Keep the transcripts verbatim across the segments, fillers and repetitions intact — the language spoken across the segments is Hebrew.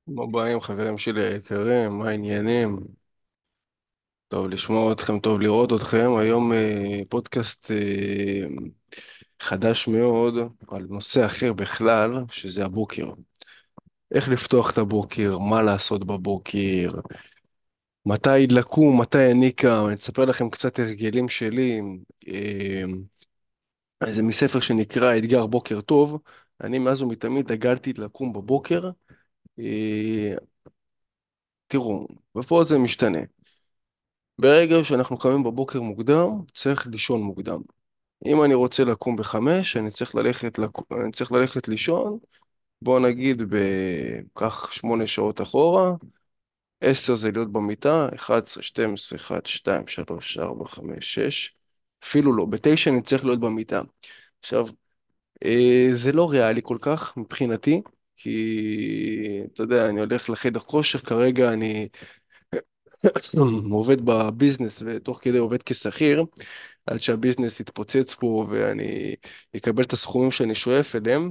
מה הבעיה חברים שלי היקרים, מה העניינים? טוב לשמוע אתכם, טוב לראות אתכם. היום אה, פודקאסט אה, חדש מאוד על נושא אחר בכלל, שזה הבוקר. איך לפתוח את הבוקר, מה לעשות בבוקר, מתי לקום, מתי אני קם. אני אספר לכם קצת הרגלים שלי. אה, זה מספר שנקרא אתגר בוקר טוב. אני מאז ומתמיד דגלתי לקום בבוקר. אה, תראו, ופה זה משתנה. ברגע שאנחנו קמים בבוקר מוקדם, צריך לישון מוקדם. אם אני רוצה לקום בחמש, אני צריך ללכת, לק... אני צריך ללכת לישון, בוא נגיד בכך שמונה שעות אחורה, עשר זה להיות במיטה, אחת עשרה, שתים עשרה, אחת, שתיים, שלוש, ארבע, חמש, שש, אפילו לא, בתשע אני צריך להיות במיטה. עכשיו, אה, זה לא ריאלי כל כך מבחינתי, כי אתה יודע, אני הולך לחדר כושר, כרגע אני עובד בביזנס ותוך כדי עובד כשכיר, עד שהביזנס יתפוצץ פה ואני אקבל את הסכומים שאני שואף אליהם.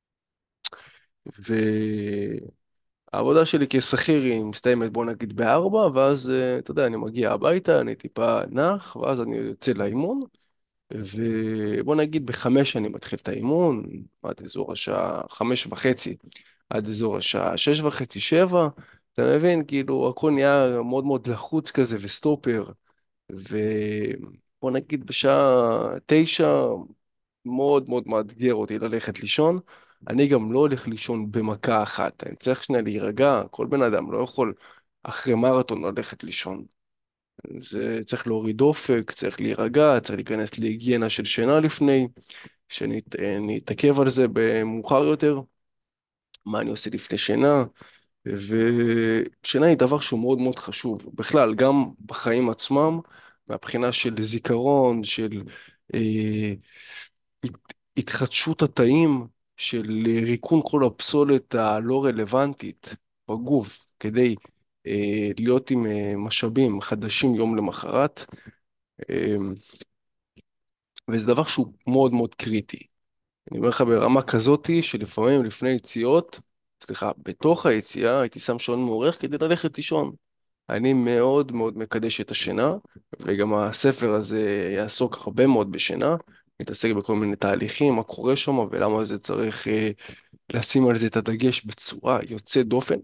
והעבודה שלי כשכיר היא מסתיימת בוא נגיד בארבע, ואז אה, אתה יודע, אני מגיע הביתה, אני טיפה נח, ואז אני יוצא לאימון, ובוא נגיד בחמש אני מתחיל את האימון, עד אזור השעה חמש וחצי, עד אזור השעה שש וחצי, שבע. אתה מבין, כאילו הכל נהיה מאוד מאוד לחוץ כזה וסטופר. ובוא נגיד בשעה תשע מאוד מאוד מאתגר אותי ללכת לישון. אני גם לא הולך לישון במכה אחת, אני צריך שנייה להירגע, כל בן אדם לא יכול אחרי מרתון ללכת לישון. זה צריך להוריד דופק, צריך להירגע, צריך להיכנס להיגיינה של שינה לפני, שאני אני אתעכב על זה במאוחר יותר, מה אני עושה לפני שינה. ושינה היא דבר שהוא מאוד מאוד חשוב, בכלל, גם בחיים עצמם, מהבחינה של זיכרון, של אה, הת- התחדשות התאים, של אה, ריקון כל הפסולת הלא רלוונטית בגוף, כדי אה, להיות עם אה, משאבים חדשים יום למחרת, אה, וזה דבר שהוא מאוד מאוד קריטי. אני אומר לך ברמה כזאתי שלפעמים לפני יציאות, סליחה, בתוך היציאה הייתי שם שעון מעורר כדי ללכת לישון. אני מאוד מאוד מקדש את השינה, וגם הספר הזה יעסוק הרבה מאוד בשינה, מתעסק בכל מיני תהליכים, מה קורה שם ולמה זה צריך אה, לשים על זה את הדגש בצורה יוצאת דופן.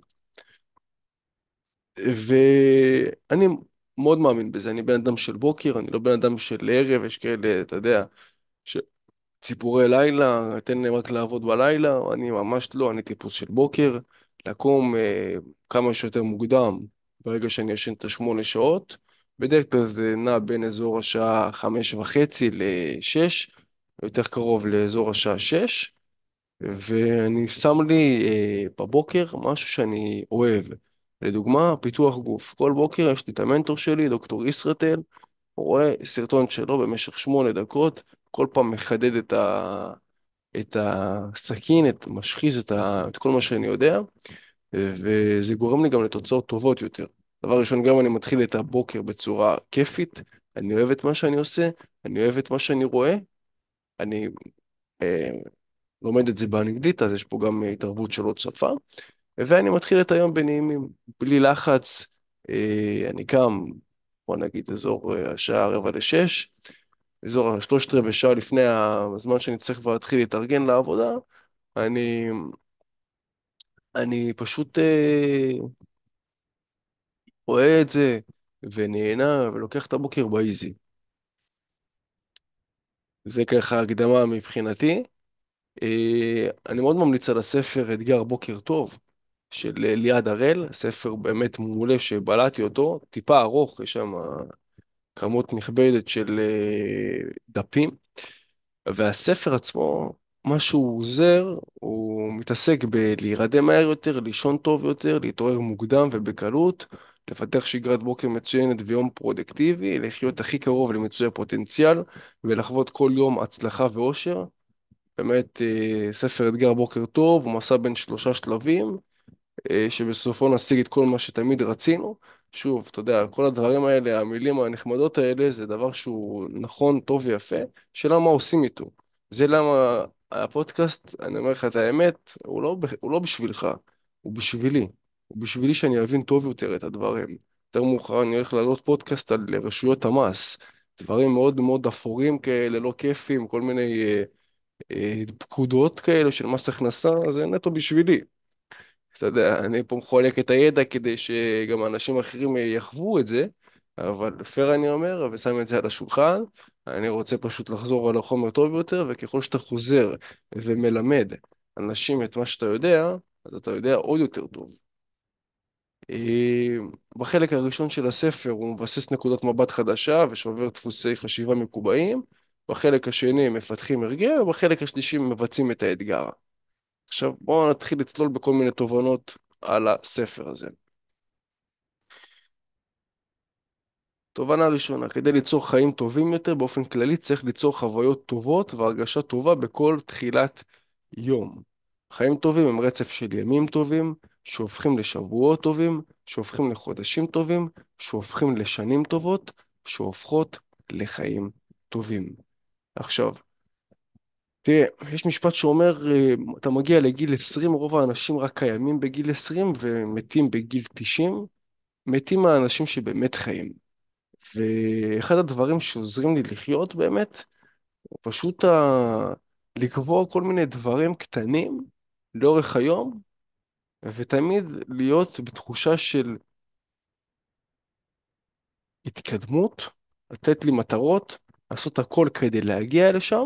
ואני מאוד מאמין בזה, אני בן אדם של בוקר, אני לא בן אדם של ערב, יש כאלה, אתה יודע, ציפורי לילה, תן להם רק לעבוד בלילה, אני ממש לא, אני טיפוס של בוקר, לקום אה, כמה שיותר מוקדם ברגע שאני ישן את השמונה שעות, בדרך כלל זה נע בין אזור השעה חמש וחצי לשש, יותר קרוב לאזור השעה שש, ואני שם לי אה, בבוקר משהו שאני אוהב, לדוגמה פיתוח גוף, כל בוקר יש לי את המנטור שלי, דוקטור ישרטל, הוא רואה סרטון שלו במשך שמונה דקות, כל פעם מחדד את ה... את הסכין, את משחיז את, ה... את כל מה שאני יודע, וזה גורם לי גם לתוצאות טובות יותר. דבר ראשון, גם אני מתחיל את הבוקר בצורה כיפית, אני אוהב את מה שאני עושה, אני אוהב את מה שאני רואה, אני אה, לומד את זה באנגלית, אז יש פה גם התערבות של עוד שפה, ואני מתחיל את היום בנעימים, בלי לחץ. אה, אני קם, בוא נגיד אזור אה, השעה רבע לשש, אזור השלושת רבעי שעה לפני הזמן שאני צריך כבר להתחיל להתארגן לעבודה, אני, אני פשוט אה, רואה את זה ונהנה ולוקח את הבוקר באיזי. זה ככה הקדמה מבחינתי. אה, אני מאוד ממליץ על הספר אתגר בוקר טוב של ליעד הראל, ספר באמת מעולה שבלעתי אותו, טיפה ארוך, יש שם כמות נכבדת של אה, דפים. והספר עצמו, מה שהוא עוזר, הוא מתעסק בלהירדם מהר יותר, לישון טוב יותר, להתעורר מוקדם ובקלות, לפתח שגרת בוקר מצוינת ויום פרודקטיבי, לחיות הכי קרוב למיצוי הפוטנציאל, ולחוות כל יום הצלחה ואושר. באמת, אה, ספר אתגר בוקר טוב, הוא מסע בין שלושה שלבים, אה, שבסופו נשיג את כל מה שתמיד רצינו. שוב, אתה יודע, כל הדברים האלה, המילים הנחמדות האלה, זה דבר שהוא נכון, טוב ויפה, שאלה מה עושים איתו. זה למה הפודקאסט, אני אומר לך את האמת, הוא לא, ב- הוא לא בשבילך, הוא בשבילי. ובשבילי שאני אבין טוב יותר את הדברים. יותר מאוחר אני הולך להעלות פודקאסט על רשויות המס, דברים מאוד מאוד אפורים כאלה, לא כיפים, כל מיני אה, אה, פקודות כאלה של מס הכנסה, זה נטו בשבילי. אתה יודע, אני פה מחולק את הידע כדי שגם אנשים אחרים יחוו את זה, אבל פייר אני אומר, ושם את זה על השולחן, אני רוצה פשוט לחזור על החומר טוב יותר, וככל שאתה חוזר ומלמד אנשים את מה שאתה יודע, אז אתה יודע עוד יותר טוב. אה, בחלק הראשון של הספר הוא מבסס נקודת מבט חדשה ושובר דפוסי חשיבה מקובעים, בחלק השני מפתחים הרגל, ובחלק השלישי מבצעים את האתגר. עכשיו בואו נתחיל לצלול בכל מיני תובנות על הספר הזה. תובנה ראשונה, כדי ליצור חיים טובים יותר, באופן כללי צריך ליצור חוויות טובות והרגשה טובה בכל תחילת יום. חיים טובים הם רצף של ימים טובים, שהופכים לשבועות טובים, שהופכים לחודשים טובים, שהופכים לשנים טובות, שהופכות לחיים טובים. עכשיו, תראה, יש משפט שאומר, אה, אתה מגיע לגיל עשרים, רוב האנשים רק קיימים בגיל עשרים ומתים בגיל תשעים, מתים האנשים שבאמת חיים. ואחד הדברים שעוזרים לי לחיות באמת, הוא פשוט ה... לקבוע כל מיני דברים קטנים לאורך היום, ותמיד להיות בתחושה של התקדמות, לתת לי מטרות, לעשות הכל כדי להגיע לשם,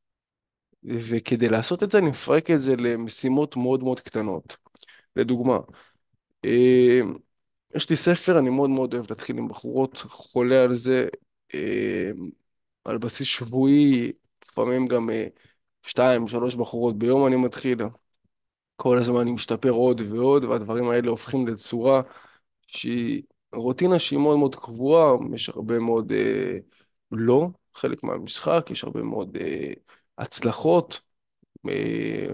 וכדי לעשות את זה אני מפרק את זה למשימות מאוד מאוד קטנות. לדוגמה, אה, יש לי ספר, אני מאוד מאוד אוהב להתחיל עם בחורות, חולה על זה, אה, על בסיס שבועי, לפעמים גם אה, שתיים, שלוש בחורות ביום אני מתחיל. כל הזמן אני משתפר עוד ועוד, והדברים האלה הופכים לצורה שהיא רוטינה שהיא מאוד מאוד קבועה, יש הרבה מאוד אה, לא, חלק מהמשחק, יש הרבה מאוד אה, הצלחות, אה,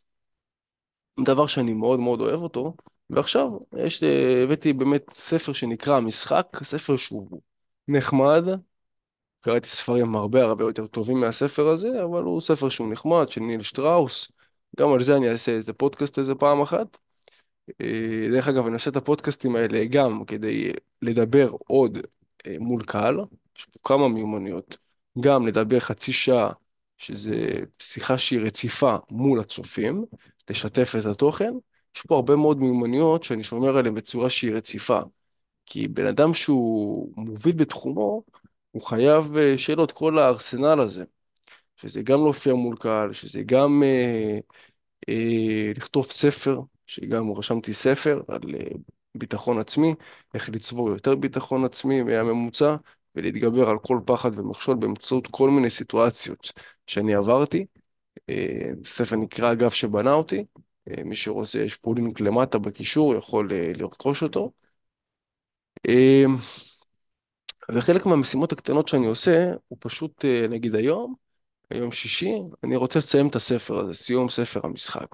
דבר שאני מאוד מאוד אוהב אותו. ועכשיו יש, אה, הבאתי באמת ספר שנקרא המשחק, ספר שהוא נחמד, קראתי ספרים הרבה הרבה יותר טובים מהספר הזה, אבל הוא ספר שהוא נחמד, של ניל שטראוס. גם על זה אני אעשה איזה פודקאסט איזה פעם אחת. אה, דרך אגב, אני עושה את הפודקאסטים האלה גם כדי לדבר עוד אה, מול קהל. יש פה כמה מיומנויות. גם לדבר חצי שעה, שזה שיחה שהיא רציפה מול הצופים, לשתף את התוכן. יש פה הרבה מאוד מיומנויות שאני שומר עליהן בצורה שהיא רציפה. כי בן אדם שהוא מוביל בתחומו, הוא חייב אה, שיהיה לו את כל הארסנל הזה, שזה גם להופיע מול קהל, שזה גם אה, אה, לכתוב ספר, שגם רשמתי ספר על אה, ביטחון עצמי, איך לצבור יותר ביטחון עצמי מהממוצע, ולהתגבר על כל פחד ומכשול באמצעות כל מיני סיטואציות שאני עברתי. אה, ספר נקרא הגב שבנה אותי, אה, מי שרוצה, יש פה לינק למטה בקישור, יכול אה, לרכוש אותו. אה, וחלק מהמשימות הקטנות שאני עושה, הוא פשוט, אה, נגיד היום, היום שישי, אני רוצה לסיים את הספר הזה, סיום ספר המשחק.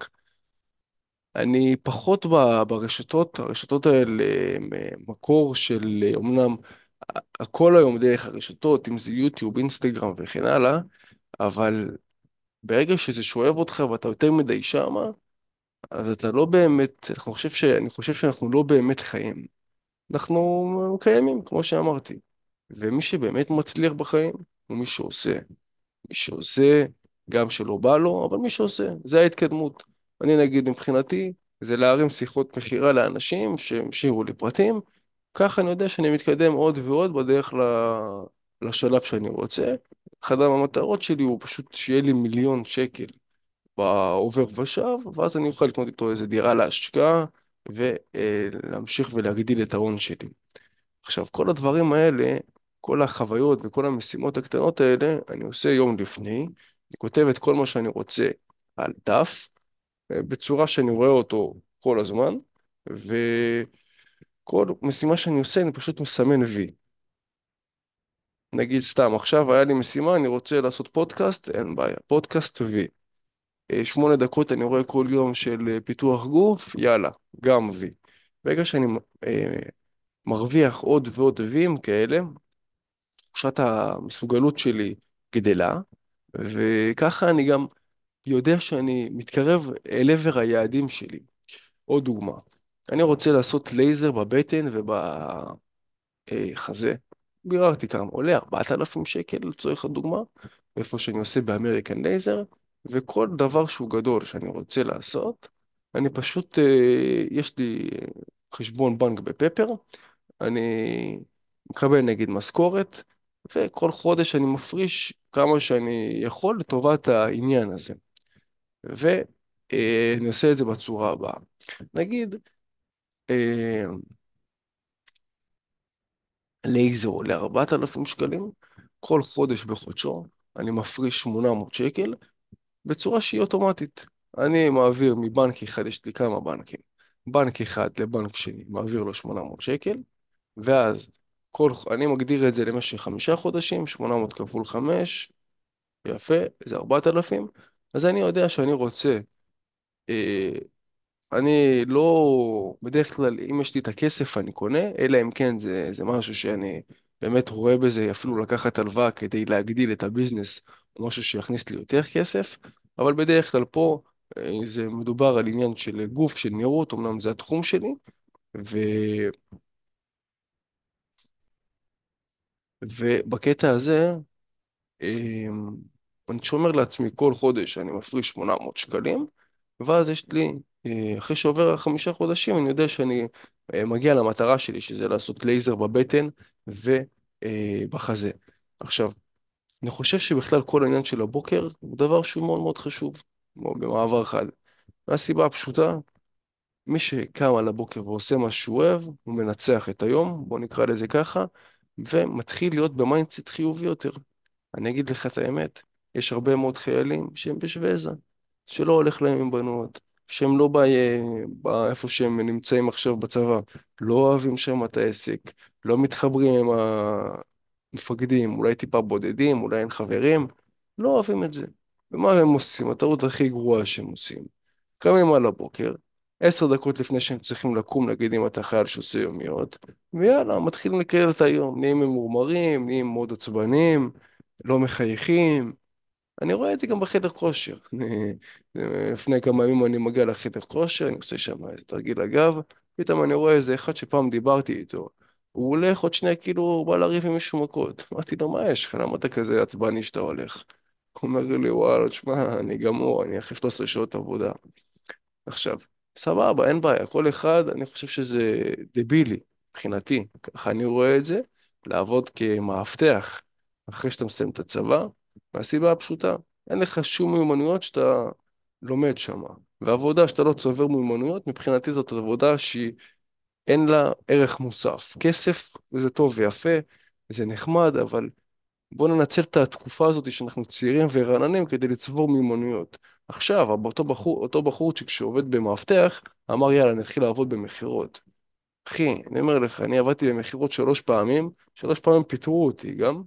אני פחות ב- ברשתות, הרשתות האלה הם אה, מקור של, אה, אומנם ה- הכל היום דרך הרשתות, אם זה יוטיוב, אינסטגרם וכן הלאה, אבל ברגע שזה שואב אותך ואתה יותר מדי שמה, אז אתה לא באמת, אני חושב ש, אני חושב שאנחנו לא באמת חיים. אנחנו קיימים, כמו שאמרתי. ומי שבאמת מצליח בחיים הוא מי שעושה. מי שעושה, גם שלא בא לו, אבל מי שעושה, זה ההתקדמות. אני נגיד מבחינתי, זה להרים שיחות מכירה לאנשים שהשאירו לי פרטים, ככה אני יודע שאני מתקדם עוד ועוד בדרך ל... לשלב שאני רוצה. אחת המטרות שלי הוא פשוט שיהיה לי מיליון שקל בעובר ושב, ואז אני אוכל לקנות איתו איזה דירה להשקעה ולהמשיך ולהגדיל את ההון שלי. עכשיו, כל הדברים האלה, כל החוויות וכל המשימות הקטנות האלה, אני עושה יום לפני, אני כותב את כל מה שאני רוצה על דף, אה, בצורה שאני רואה אותו כל הזמן, וכל משימה שאני עושה, אני פשוט מסמן וי. נגיד סתם, עכשיו היה לי משימה, אני רוצה לעשות פודקאסט, אין בעיה, פודקאסט וי. אה, שמונה דקות אני רואה כל יום של אה, פיתוח גוף, יאללה, גם וי. ברגע שאני אה, מרוויח עוד ועוד ויים כאלה, תחושת המסוגלות שלי גדלה, וככה אני גם יודע שאני מתקרב אל עבר היעדים שלי. עוד דוגמה, אני רוצה לעשות לייזר בבטן ובחזה. ביררתי כמה עולה, ארבעת אלפים שקל לצורך הדוגמה, איפה שאני עושה באמריקן לייזר, וכל דבר שהוא גדול שאני רוצה לעשות, אני פשוט, אה, יש לי חשבון בנק בפפר, אני מקבל נגיד משכורת, וכל חודש אני מפריש כמה שאני יכול לטובת העניין הזה. ואני עושה את זה בצורה הבאה. נגיד, אה, לייזר עולה ארבעת אלפים שקלים, כל חודש בחודשו אני מפריש שמונה מאות שקל בצורה שהיא אוטומטית. אני מעביר מבנק אחד, יש לי כמה בנקים, בנק אחד לבנק שני, מעביר לו שמונה מאות שקל, ואז כל, אני מגדיר את זה למשך חמישה חודשים, שמונה מאות כפול חמש, יפה, זה ארבעת אלפים, אז אני יודע שאני רוצה, אה, אני לא, בדרך כלל אם יש לי את הכסף אני קונה, אלא אם כן זה, זה משהו שאני באמת רואה בזה, אפילו לקחת הלוואה כדי להגדיל את הביזנס, או משהו שיכניס לי יותר כסף, אבל בדרך כלל פה אה, זה מדובר על עניין של גוף, של נראות, אמנם זה התחום שלי, ו, ובקטע הזה, אמ, אני שומר לעצמי כל חודש, אני מפריש שמונה מאות שקלים, ואז יש לי, אה, אחרי שעובר החמישה חודשים, אני יודע שאני אה, מגיע למטרה שלי, שזה לעשות לייזר בבטן ובחזה. עכשיו, אני חושב שבכלל כל העניין של הבוקר הוא דבר שהוא מאוד מאוד חשוב, כמו במעבר חד. מהסיבה הפשוטה, מי שקם על הבוקר ועושה מה שהוא אוהב, הוא מנצח את היום, בוא נקרא לזה ככה, ומתחיל להיות במיינדסט חיובי יותר. אני אגיד לך את האמת, יש הרבה מאוד חיילים שהם בשוויזה, שלא הולך להם עם בנות, שהם לא בא, בא איפה שהם נמצאים עכשיו בצבא, לא אוהבים שם את העסק, לא מתחברים עם המפקדים, אולי טיפה בודדים, אולי אין חברים, לא אוהבים את זה. ומה הם עושים? הטעות הכי גרועה שהם עושים. קמים על הבוקר, עשר דקות לפני שהם צריכים לקום, נגיד אם אתה חייל שעושה יומיות, ויאללה, מתחילים לקלל את היום, נהיים ממורמרים, נהיים מאוד עצבניים, לא מחייכים. אני רואה את זה גם בחדר כושר. אני- לפני כמה ימים אני מגיע לחדר כושר, אני עושה שם איזה תרגיל הגב, פתאום אני רואה איזה אחד שפעם דיברתי איתו. הוא הולך עוד שנייה כאילו הוא בא לריב עם מישהו מכות. אמרתי לו, מה יש לך? למה אתה כזה עצבני שאתה הולך? הוא אומר לי, וואלה, תשמע, אני גמור, אני אחרי שלוש עשרה שעות עבודה. עכשיו, סבבה, אין בעיה, כל אחד, אני חושב שזה דבילי, מבחינתי, ככה אני רואה את זה, לעבוד כמאבטח אחרי שאתה מסיים את הצבא, מהסיבה הפשוטה, אין לך שום מיומנויות שאתה לומד שם, ועבודה שאתה לא צובר מיומנויות, מבחינתי זאת עבודה שאין לה ערך מוסף. כסף זה טוב ויפה, זה נחמד, אבל בואו ננצל את התקופה הזאת שאנחנו צעירים ורעננים כדי לצבור מיומנויות. עכשיו, אותו בחור, אותו בחורצ'יק שעובד במאבטח, אמר יאללה, נתחיל לעבוד במכירות. אחי, אני אומר לך, אני עבדתי במכירות שלוש פעמים, שלוש פעמים פיטרו אותי גם.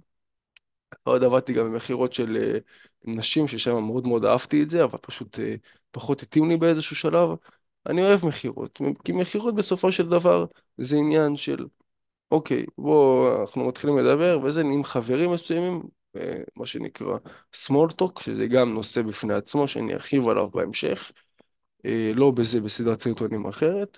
עוד עבדתי גם במכירות של אה, נשים, ששם מאוד מאוד אהבתי את זה, אבל פשוט אה, פחות התאים לי באיזשהו שלב. אני אוהב מכירות, כי מכירות בסופו של דבר זה עניין של אוקיי, בוא, אנחנו מתחילים לדבר, וזה עם חברים מסוימים, אה, מה שנקרא small talk, שזה גם נושא בפני עצמו, שאני ארחיב עליו בהמשך, אה, לא בזה, בסדרת סרטונים אחרת,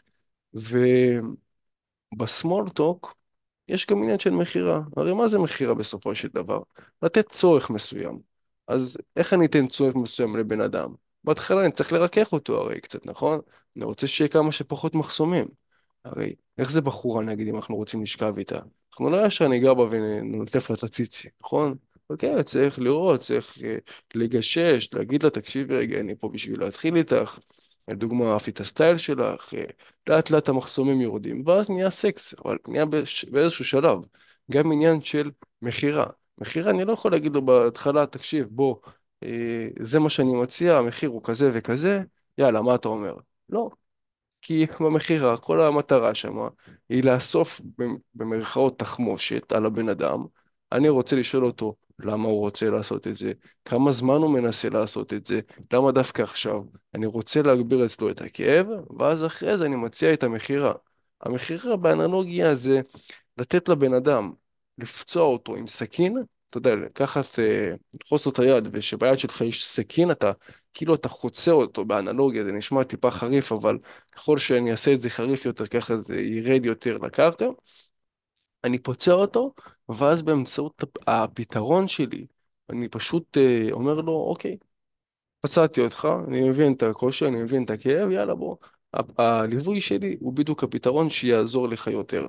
ובסמול טוק יש גם עניין של מכירה. הרי מה זה מכירה בסופו של דבר? לתת צורך מסוים. אז איך אני אתן צורך מסוים לבן אדם? בהתחלה אני צריך לרכך אותו הרי קצת, נכון? אני רוצה שיהיה כמה שפחות מחסומים. הרי איך זה בחורה נגיד אם אנחנו רוצים לשכב איתה? אנחנו לא ישר ניגע בה וננטף לה את הציצי, נכון? אוקיי, צריך לראות, צריך אה, לגשש, להגיד לה, תקשיבי רגע, אני פה בשביל להתחיל איתך. לדוגמה, אהבתי את הסטייל שלך, אה, לאט לאט המחסומים יורדים, ואז נהיה סקס, אבל נהיה בש... באיזשהו שלב. גם עניין של מכירה. מכירה, אני לא יכול להגיד לו בהתחלה, תקשיב, בוא, אה, זה מה שאני מציע, המחיר הוא כזה וכזה, יאללה, מה אתה אומר? לא, כי במכירה, כל המטרה שם היא לאסוף במ- במרכאות תחמושת על הבן אדם. אני רוצה לשאול אותו למה הוא רוצה לעשות את זה, כמה זמן הוא מנסה לעשות את זה, למה דווקא עכשיו. אני רוצה להגביר אצלו את הכאב, ואז אחרי זה אני מציע את המכירה. המכירה באנלוגיה זה לתת לבן אדם, לפצוע אותו עם סכין, אתה יודע, לקחת, אה, לתפוס לו את היד, ושביד שלך יש סכין, אתה, כאילו אתה חוצה אותו באנלוגיה, זה נשמע טיפה חריף, אבל ככל שאני אעשה את זה חריף יותר, ככה זה ירד יותר לקרקע. אני פוצע אותו, ואז באמצעות הפ- הפתרון שלי, אני פשוט אה, אומר לו, אוקיי, פצעתי אותך, אני מבין את הקושי, אני מבין את הכאב, יאללה בוא. ה- הליווי שלי הוא בדיוק הפתרון שיעזור לך יותר.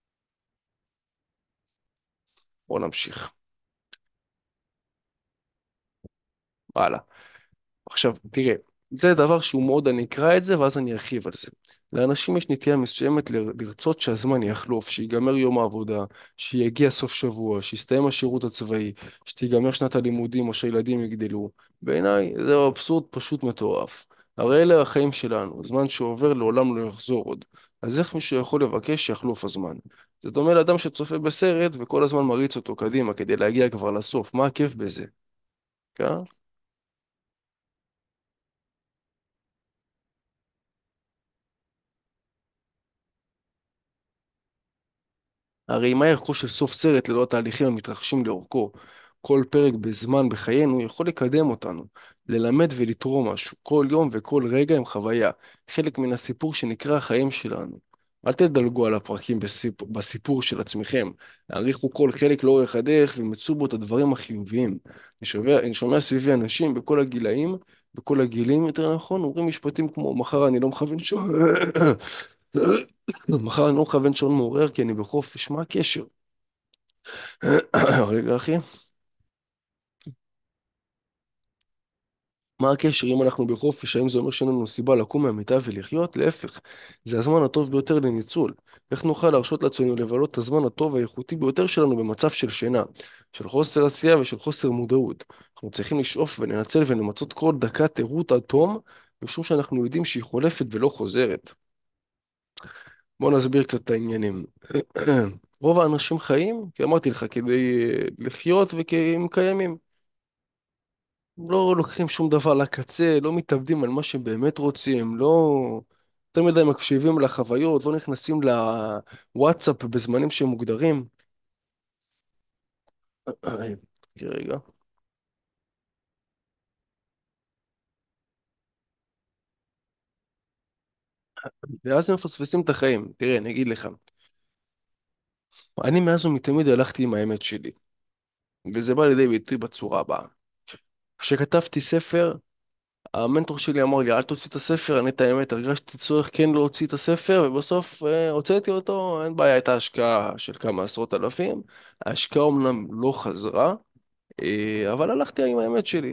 בוא נמשיך. הלאה. עכשיו, תראה, זה דבר שהוא מאוד, אני אקרא את זה ואז אני ארחיב על זה. לאנשים יש נטייה מסוימת ל- לרצות שהזמן יחלוף, שיגמר יום העבודה, שיגיע סוף שבוע, שיסתיים השירות הצבאי, שתיגמר שנת הלימודים או שהילדים יגדלו. בעיניי זה אבסורד פשוט מטורף. הרי אלה החיים שלנו, זמן שעובר לעולם לא יחזור עוד. אז איך מישהו יכול לבקש שיחלוף הזמן? זה דומה לאדם שצופה בסרט וכל הזמן מריץ אותו קדימה כדי להגיע כבר לסוף. מה הכיף בזה? כן? הרי מה ערכו של סוף סרט ללא התהליכים המתרחשים לאורכו? כל פרק בזמן בחיינו יכול לקדם אותנו, ללמד ולתרום משהו. כל יום וכל רגע הם חוויה, חלק מן הסיפור שנקרא החיים שלנו. אל תדלגו על הפרקים בסיפ... בסיפור של עצמכם. העריכו כל חלק לאורך הדרך ומצאו בו את הדברים החיוביים. אני שומע, אני שומע סביבי אנשים בכל הגילאים, בכל הגילים יותר נכון, אומרים משפטים כמו מחר אני לא מכוון שום... מחר אני לא מכוון שעון מעורר כי אני בחופש, מה הקשר? רגע אחי, מה הקשר אם אנחנו בחופש? האם זה אומר שאין לנו סיבה לקום מהמיטה ולחיות? להפך, זה הזמן הטוב ביותר לניצול. איך נוכל להרשות לעצמנו לבלות את הזמן הטוב והאיכותי ביותר שלנו במצב של שינה, של חוסר עשייה ושל חוסר מודעות? אנחנו צריכים לשאוף ולנצל ולמצות כל דקת ערות עד תום, משום שאנחנו יודעים שהיא חולפת ולא חוזרת. בואו נסביר קצת את העניינים. רוב האנשים חיים, כי אמרתי לך, כדי אה, לחיות וכי הם קיימים. לא לוקחים שום דבר לקצה, לא מתאבדים על מה שהם באמת רוצים, לא... יותר מדי מקשיבים לחוויות, לא נכנסים לוואטסאפ בזמנים שהם מוגדרים. רגע. ואז הם מפספסים את החיים. תראה, אני אגיד לך, אני מאז ומתמיד הלכתי עם האמת שלי, וזה בא לידי ביטוי בצורה הבאה. כשכתבתי ספר, המנטור שלי אמר לי, אל תוציא את הספר, אני את האמת, הרגשתי צורך כן להוציא את הספר, ובסוף אה, הוצאתי אותו, אין בעיה, הייתה השקעה של כמה עשרות אלפים, ההשקעה אומנם לא חזרה, אה, אבל הלכתי עם האמת שלי.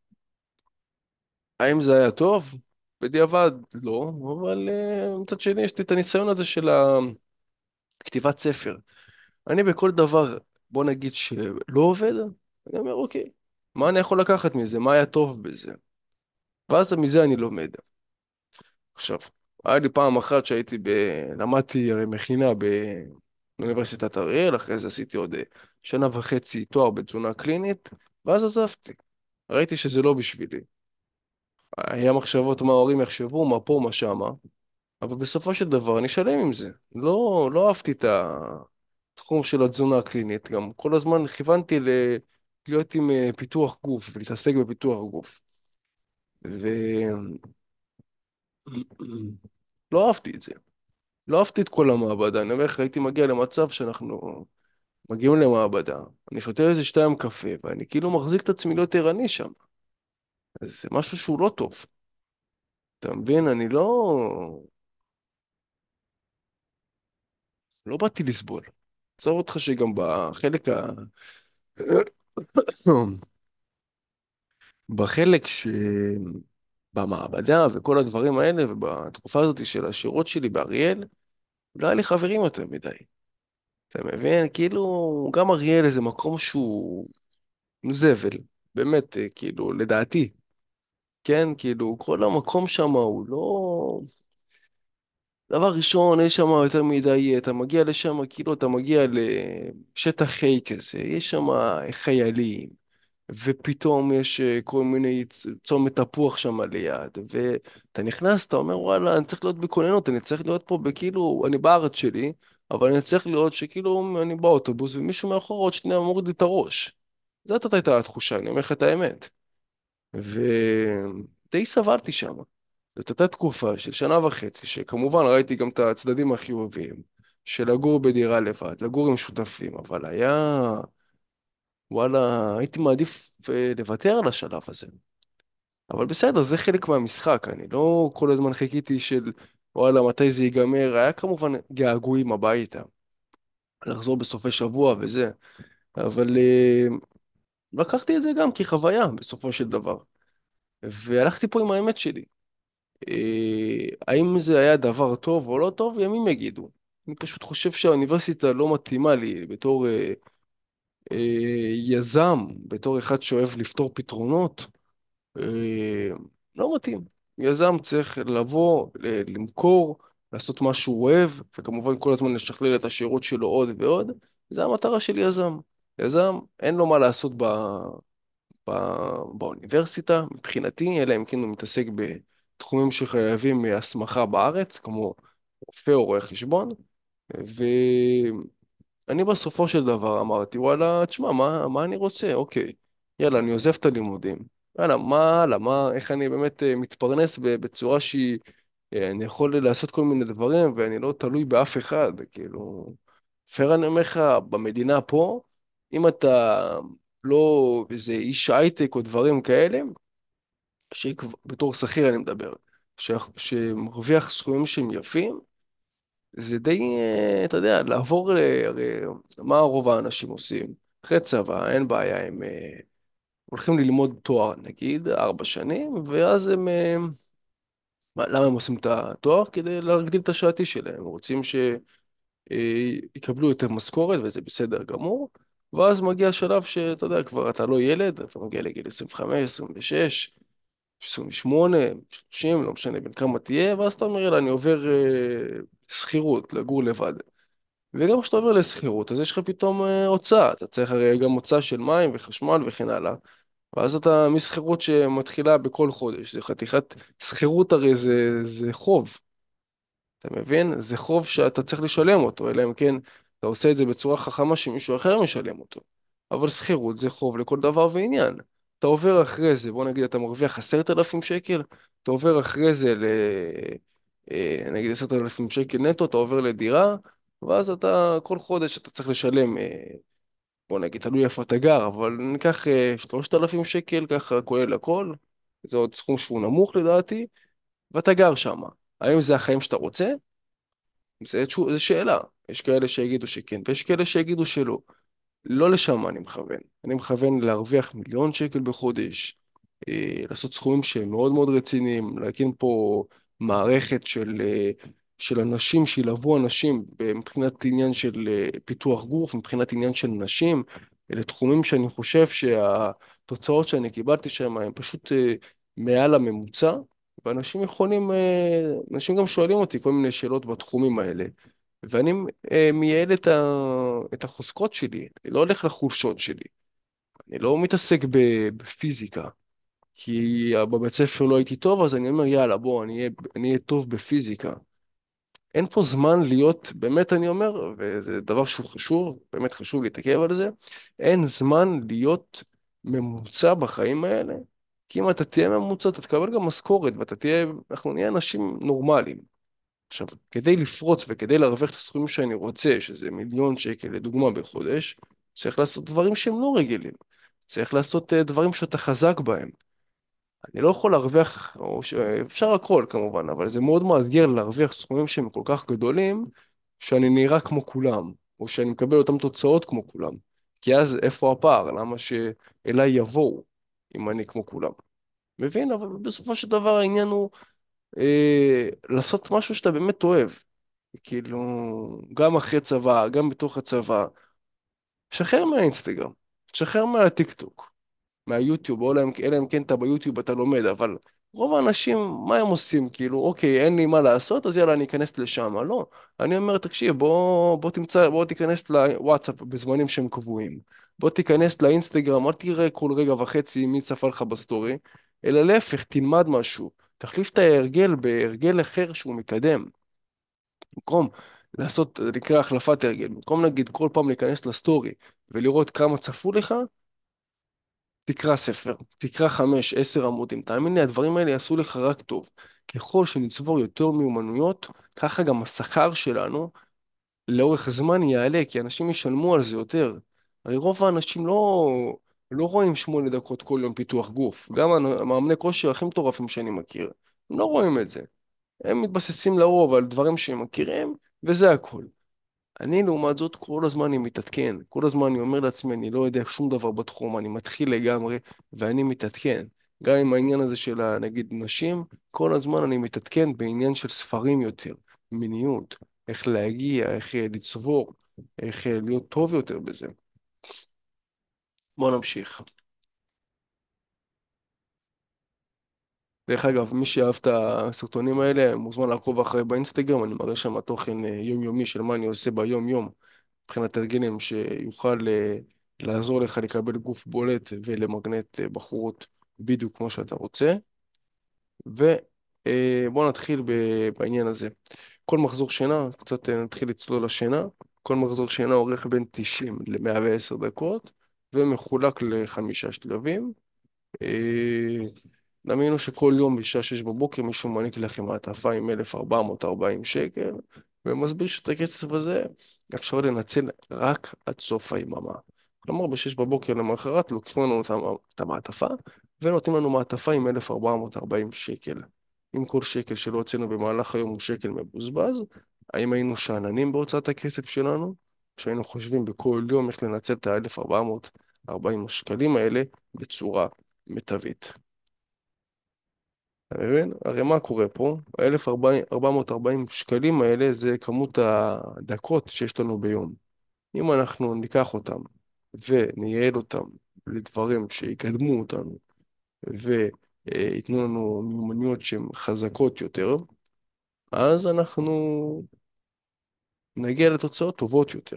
האם זה היה טוב? בדיעבד לא, אבל אה, מצד שני יש לי את הניסיון הזה של כתיבת ספר. אני בכל דבר, בוא נגיד שלא עובד, אני אומר, אוקיי, מה אני יכול לקחת מזה? מה היה טוב בזה? ואז מזה אני לומד. עכשיו, היה לי פעם אחת שהייתי ב... למדתי הרי מכינה באוניברסיטת אריאל, אחרי זה עשיתי עוד אה, שנה וחצי תואר בתזונה קלינית, ואז עזבתי. ראיתי שזה לא בשבילי. היה מחשבות מה ההורים יחשבו, מה פה, מה שמה, אבל בסופו של דבר אני שלם עם זה. לא, לא אהבתי את התחום של התזונה הקלינית, גם כל הזמן כיוונתי ל... להיות עם אה, פיתוח גוף ולהתעסק בפיתוח גוף. ולא אהבתי את זה. לא אהבתי את כל המעבדה, אני אומר לך, הייתי מגיע למצב שאנחנו מגיעים למעבדה, אני שותה איזה שתיים קפה, ואני כאילו מחזיק את עצמי להיות ערני שם. אז זה משהו שהוא לא טוב. אתה מבין? אני לא... לא באתי לסבול. עזוב אותך שגם בחלק ה... בחלק ש... במעבדה וכל הדברים האלה, ובתקופה הזאת של השירות שלי באריאל, לא היה לי חברים יותר מדי. אתה מבין? כאילו, גם אריאל איזה מקום שהוא זבל. באמת, אה, כאילו, לדעתי. כן, כאילו, כל המקום שם הוא לא... דבר ראשון, יש שם יותר מדי, אתה מגיע לשם, כאילו אתה מגיע לשטח חי כזה, יש שם חיילים, ופתאום יש אה, כל מיני צ- צומת תפוח שם ליד, ואתה נכנס, אתה אומר, וואלה, אני צריך להיות בכוננות, אני צריך להיות פה בכאילו, אני בארץ שלי, אבל אני צריך להיות שכאילו אני באוטובוס, ומישהו מאחור עוד שנייה מוריד לי את הראש. זאת הייתה התחושה, אני אומר לך את האמת. ודי סבלתי שם. זאת הייתה תקופה של שנה וחצי, שכמובן ראיתי גם את הצדדים החיוביים, של לגור בדירה לבד, לגור עם שותפים, אבל היה, וואלה, הייתי מעדיף אה, לוותר על השלב הזה. אבל בסדר, זה חלק מהמשחק, אני לא כל הזמן חיכיתי של, וואלה, מתי זה ייגמר, היה כמובן געגועים הביתה, לחזור בסופי שבוע וזה, אבל אה, לקחתי את זה גם כחוויה בסופו של דבר, והלכתי פה עם האמת שלי. אה, האם זה היה דבר טוב או לא טוב, ימים יגידו. אני פשוט חושב שהאוניברסיטה לא מתאימה לי בתור אה, אה, יזם, בתור אחד שאוהב לפתור פתרונות. אה, לא מתאים. יזם צריך לבוא, ל- למכור, לעשות מה שהוא אוהב, וכמובן כל הזמן לשכלל את השירות שלו עוד ועוד. זה המטרה של יזם. יזם, אין לו מה לעשות ב... ב- באוניברסיטה, מבחינתי, אלא אם כן הוא מתעסק בתחומים שחייבים הסמכה בארץ, כמו רופא או רואה חשבון, ואני בסופו של דבר אמרתי, וואלה, תשמע, מה, מה אני רוצה? אוקיי, יאללה, אני עוזב את הלימודים. יאללה, מה, הלאה, מה, איך אני באמת אה, מתפרנס ב- בצורה שהיא, אה, אני יכול לעשות כל מיני דברים, ואני לא תלוי באף אחד, כאילו, פייר אני אומר לך, במדינה פה, אם אתה לא איזה איש הייטק או דברים כאלה, שבתור שכיר אני מדבר, ש- שמרוויח סכומים שהם יפים, זה די, אה, אתה יודע, לעבור, ל- הרי מה רוב האנשים עושים? אחרי צבא, אין בעיה, הם אה, הולכים ללמוד תואר, נגיד, ארבע שנים, ואז הם, אה, מה- למה הם עושים את התואר? כדי להגדיל את השעתי שלהם, הם רוצים ש... אה, יקבלו יותר משכורת, וזה בסדר גמור. ואז מגיע השלב שאתה יודע, כבר אתה לא ילד, אתה מגיע לגיל עשרים וחמש, עשרים ושש, עשרים ושמונה, שלושים, לא משנה בין כמה תהיה, ואז אתה אומר, יאללה, אני עובר אה, שכירות, לגור לבד. וגם כשאתה עובר לשכירות, אז יש לך פתאום אה, הוצאה, אתה צריך הרי גם הוצאה של מים וחשמל וכן הלאה. ואז אתה משכירות שמתחילה בכל חודש, זה חתיכת שכירות הרי זה, זה חוב. אתה מבין? זה חוב שאתה צריך לשלם אותו, אלא אם כן אתה עושה את זה בצורה חכמה שמישהו אחר משלם אותו. אבל שכירות זה חוב לכל דבר ועניין. אתה עובר אחרי זה, בוא נגיד אתה מרוויח עשרת אלפים שקל, אתה עובר אחרי זה ל... אה, נגיד עשרת אלפים שקל נטו, אתה עובר לדירה, ואז אתה כל חודש אתה צריך לשלם, אה, בוא נגיד, תלוי איפה אתה גר, אבל ניקח אה, שלושת אלפים שקל, ככה כולל הכל, זה עוד סכום שהוא נמוך לדעתי, ואתה גר שם. האם זה החיים שאתה רוצה? זה, תשו- זה שאלה. יש כאלה שיגידו שכן, ויש כאלה שיגידו שלא. לא לשם אני מכוון. אני מכוון להרוויח מיליון שקל בחודש, אה, לעשות סכומים שהם מאוד מאוד רציניים, להקים פה מערכת של, אה, של אנשים שילוו אנשים מבחינת עניין של אה, פיתוח גוף, מבחינת עניין של נשים. אלה תחומים שאני חושב שהתוצאות שאני קיבלתי שם הן פשוט אה, מעל הממוצע, ואנשים יכולים, אה, אנשים גם שואלים אותי כל מיני שאלות בתחומים האלה. ואני אה, מייעל את ה... את החוזקות שלי, אני לא הולך לחולשות שלי. אני לא מתעסק ב... בפיזיקה, כי בבית ספר לא הייתי טוב, אז אני אומר, יאללה, בוא, אני אהיה, אני אהיה טוב בפיזיקה. אין פה זמן להיות, באמת אני אומר, וזה דבר שהוא חשוב, באמת חשוב להתעכב על זה, אין זמן להיות ממוצע בחיים האלה, כי אם אתה תהיה ממוצע, אתה תקבל גם משכורת, ואתה תהיה, אנחנו נהיה אנשים נורמליים. עכשיו, כדי לפרוץ וכדי להרוויח את הסכומים שאני רוצה, שזה מיליון שקל לדוגמה בחודש, צריך לעשות דברים שהם לא רגילים. צריך לעשות אה, דברים שאתה חזק בהם. אני לא יכול להרוויח, או ש... אפשר הכל כמובן, אבל זה מאוד מאתגר להרוויח סכומים שהם כל כך גדולים, שאני נראה כמו כולם, או שאני מקבל אותם תוצאות כמו כולם. כי אז איפה הפער? למה שאליי יבואו אם אני כמו כולם? מבין? אבל בסופו של דבר העניין הוא אה, לעשות משהו שאתה באמת אוהב. כאילו, גם אחרי צבא, גם בתוך הצבא, שחרר מהאינסטגרם, שחרר מהטיקטוק, מהיוטיוב, או אלא אם אלא אם כן אתה ביוטיוב אתה לומד, אבל רוב האנשים, מה הם עושים? כאילו, אוקיי, אין לי מה לעשות, אז יאללה, אני אכנס לשם. לא, אני אומר, תקשיב, בוא, בוא תמצא, בוא תיכנס לוואטסאפ בזמנים שהם קבועים. בוא תיכנס לאינסטגרם, אל תראה כל רגע וחצי מי צפה לך בסטורי, אלא להפך, תלמד משהו. תחליף את ההרגל בהרגל אחר שהוא מקדם. במקום לעשות, זה נקרא החלפת הרגל, במקום נגיד כל פעם להיכנס לסטורי ולראות כמה צפו לך, תקרא ספר, תקרא חמש, עשר עמודים, תאמין לי, הדברים האלה יעשו לך רק טוב. ככל שנצבור יותר מיומנויות, ככה גם השכר שלנו לאורך זמן יעלה, כי אנשים ישלמו על זה יותר. הרי רוב האנשים לא, לא רואים שמונה דקות כל יום פיתוח גוף. גם המאמני כושר הכי מטורפים שאני מכיר, הם לא רואים את זה. הם מתבססים לרוב על דברים שהם מכירים, וזה הכל. אני לעומת זאת כל הזמן אני מתעדכן, כל הזמן אני אומר לעצמי אני לא יודע שום דבר בתחום, אני מתחיל לגמרי ואני מתעדכן. גם עם העניין הזה של ה- נגיד נשים, כל הזמן אני מתעדכן בעניין של ספרים יותר, מיניות, איך להגיע, איך אה, לצבור, איך אה, להיות טוב יותר בזה. בוא נמשיך. דרך אגב, מי שאהב את הסרטונים האלה מוזמן לעקוב אחרי באינסטגרם, אני מראה שם תוכן אה, יומיומי של מה אני עושה ביום-יום. מבחינת תרגילים שיוכל אה, לעזור לך לקבל גוף בולט ולמגנט אה, בחורות בדיוק כמו שאתה רוצה. ובוא נתחיל ב- בעניין הזה. כל מחזור שינה, קצת אה, נתחיל לצלול לשינה. כל מחזור שינה אורך בין תשעים ל-מאה ועשר דקות ומחולק לחמישה שלבים. אה, דמיינו שכל יום בשעה שש בבוקר מישהו מעניק לכם מעטפה עם אלף ארבע מאות וארבעים שקל, ומסביר שאת הכסף הזה אפשר לנצל רק עד סוף היממה. כלומר, בשש בבוקר למחרת לוקחים לנו את המ- את המעטפה, ונותנים לנו מעטפה עם אלף ארבע מאות וארבעים שקל. אם כל שקל שלא הוצאנו במהלך היום הוא שקל מבוזבז, האם היינו שאננים בהוצאת הכסף שלנו, שהיינו חושבים בכל יום איך לנצל את ה-אלף ארבע מאות וארבעים שקלים האלה בצורה מיטבית. אתה מבין? הרי מה קורה פה? ה-אלף ארבע מאות וארבעים שקלים האלה זה כמות הדקות שיש לנו ביום. אם אנחנו ניקח אותם ונייעד אותם לדברים שיקדמו אותנו וייתנו לנו מיומנויות שהן חזקות יותר, אז אנחנו נגיע לתוצאות טובות יותר,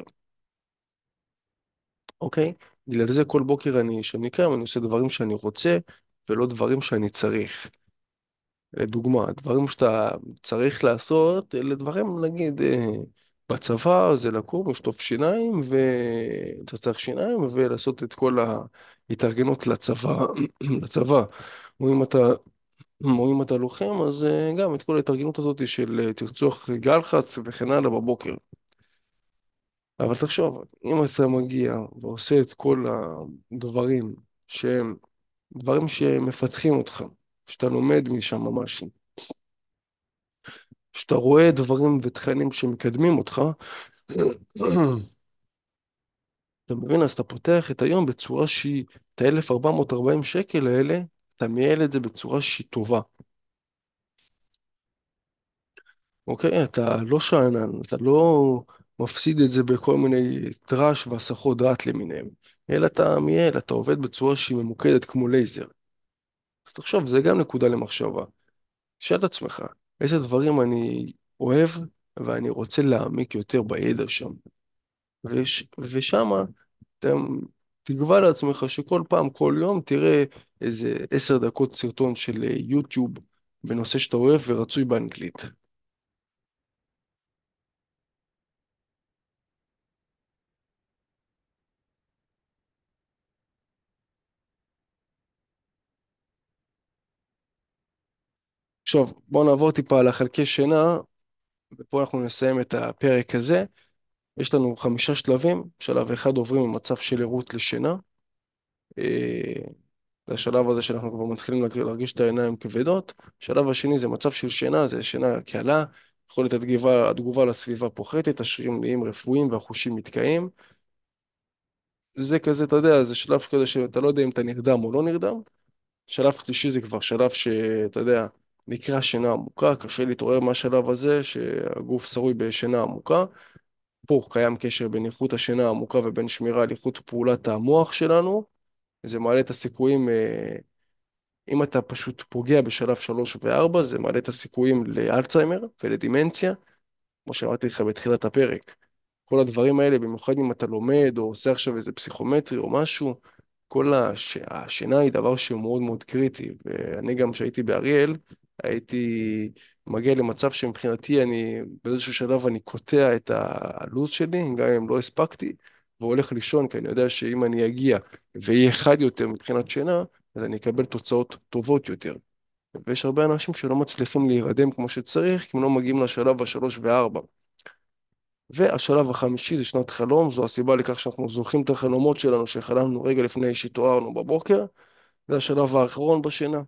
אוקיי? בגלל זה כל בוקר אני, כשאני קם, אני עושה דברים שאני רוצה ולא דברים שאני צריך. לדוגמה, דברים שאתה צריך לעשות, אלה דברים, נגיד, אה, בצבא זה לקום, לשטוף שיניים, ואתה צריך שיניים, ולעשות את כל ההתארגנות לצבא, לצבא. או אם אתה, או אם אתה לוחם, אז אה, גם את כל ההתארגנות הזאת של אה, תרצוח גלחץ וכן הלאה בבוקר. אבל תחשוב, אם אתה מגיע ועושה את כל הדברים שהם דברים שמפתחים אותך, שאתה לומד משם משהו, כשאתה רואה דברים ותכנים שמקדמים אותך, אתה מבין, אז אתה פותח את היום בצורה שהיא, את ה-אלף ארבע מאות וארבעים שקל האלה, אתה מייעל את זה בצורה שהיא טובה, אוקיי? אתה לא שאנן, אתה לא מפסיד את זה בכל מיני טראש והסחות דעת למיניהם, אלא אתה מייעל, אתה עובד בצורה שהיא ממוקדת כמו לייזר. אז תחשוב, זה גם נקודה למחשבה. שאל את עצמך, איזה דברים אני אוהב ואני רוצה להעמיק יותר בידע שם. וש, ושמה אתה תקבע לעצמך שכל פעם, כל יום, תראה איזה עשר דקות סרטון של אה, יוטיוב בנושא שאתה אוהב ורצוי באנגלית. עכשיו, בואו נעבור טיפה על החלקי שינה, ופה אנחנו נסיים את הפרק הזה. יש לנו חמישה שלבים, שלב אחד עוברים ממצב של ערות לשינה. אה, זה השלב הזה שאנחנו כבר מתחילים להרג- להרגיש את העיניים כבדות. השלב השני זה מצב של שינה, זה שינה קלה, יכולת התגובה, התגובה לסביבה פוחתת, השרירים נהיים רפואיים והחושים מתקיים. זה כזה, אתה יודע, זה שלב כזה שאתה לא יודע אם אתה נרדם או לא נרדם. שלב שלישי זה כבר שלב שאתה יודע, נקרא שינה עמוקה, קשה להתעורר מהשלב הזה, שהגוף שרוי בשינה עמוקה. פה קיים קשר בין איכות השינה העמוקה ובין שמירה על איכות פעולת המוח שלנו. זה מעלה את הסיכויים, אה, אם אתה פשוט פוגע בשלב שלוש וארבע, זה מעלה את הסיכויים לאלצהיימר ולדימנציה, כמו שאמרתי לך בתחילת הפרק. כל הדברים האלה, במיוחד אם אתה לומד או עושה עכשיו איזה פסיכומטרי או משהו, כל הש... השינה היא דבר שהוא מאוד מאוד קריטי. ואני גם, כשהייתי באריאל, הייתי מגיע למצב שמבחינתי אני, באיזשהו שלב אני קוטע את הלו"ז שלי, גם אם לא הספקתי, והולך לישון, כי אני יודע שאם אני אגיע ואהיה חד יותר מבחינת שינה, אז אני אקבל תוצאות טובות יותר. ויש הרבה אנשים שלא מצליחים להירדם כמו שצריך, כי הם לא מגיעים לשלב השלוש וארבע. והשלב החמישי זה שנת חלום, זו הסיבה לכך שאנחנו זוכרים את החלומות שלנו שחלמנו רגע לפני שהתעוררנו בבוקר, זה השלב האחרון בשינה,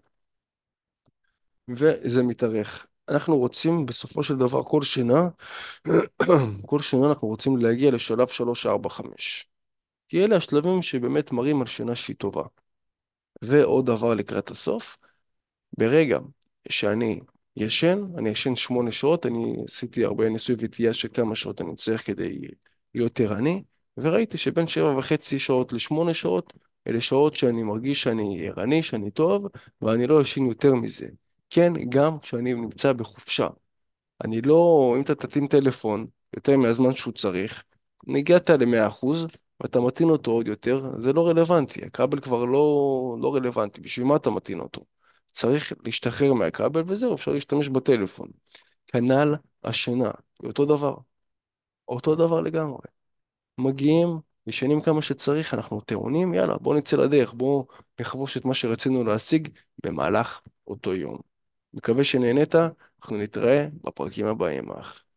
וזה מתארך. אנחנו רוצים בסופו של דבר כל שינה, כל שינה אנחנו רוצים להגיע לשלב שלוש, ארבע, חמש. כי אלה השלבים שבאמת מראים על שינה שהיא טובה. ועוד דבר לקראת הסוף, ברגע שאני ישן, אני ישן שמונה שעות, אני עשיתי הרבה ניסוי וטעייה של כמה שעות אני צריך כדי להיות ערני, וראיתי שבין שבע וחצי שעות לשמונה שעות, אלה שעות שאני מרגיש שאני ערני, שאני טוב, ואני לא ישן יותר מזה. כן, גם כשאני נמצא בחופשה. אני לא, אם אתה תטעין טלפון יותר מהזמן שהוא צריך, הגעת ל-מאה אחוז, ואתה מטעין אותו עוד יותר, זה לא רלוונטי, הכבל כבר לא, לא רלוונטי, בשביל מה אתה מטעין אותו? צריך להשתחרר מהכבל וזהו, אפשר להשתמש בטלפון. כנ"ל השינה, זה אותו דבר, אותו דבר לגמרי. מגיעים, ישנים כמה שצריך, אנחנו טעונים, יאללה, בואו נצא לדרך, בואו נכבוש את מה שרצינו להשיג במהלך אותו יום. מקווה שנהנית, אנחנו נתראה בפרקים הבאים, אח.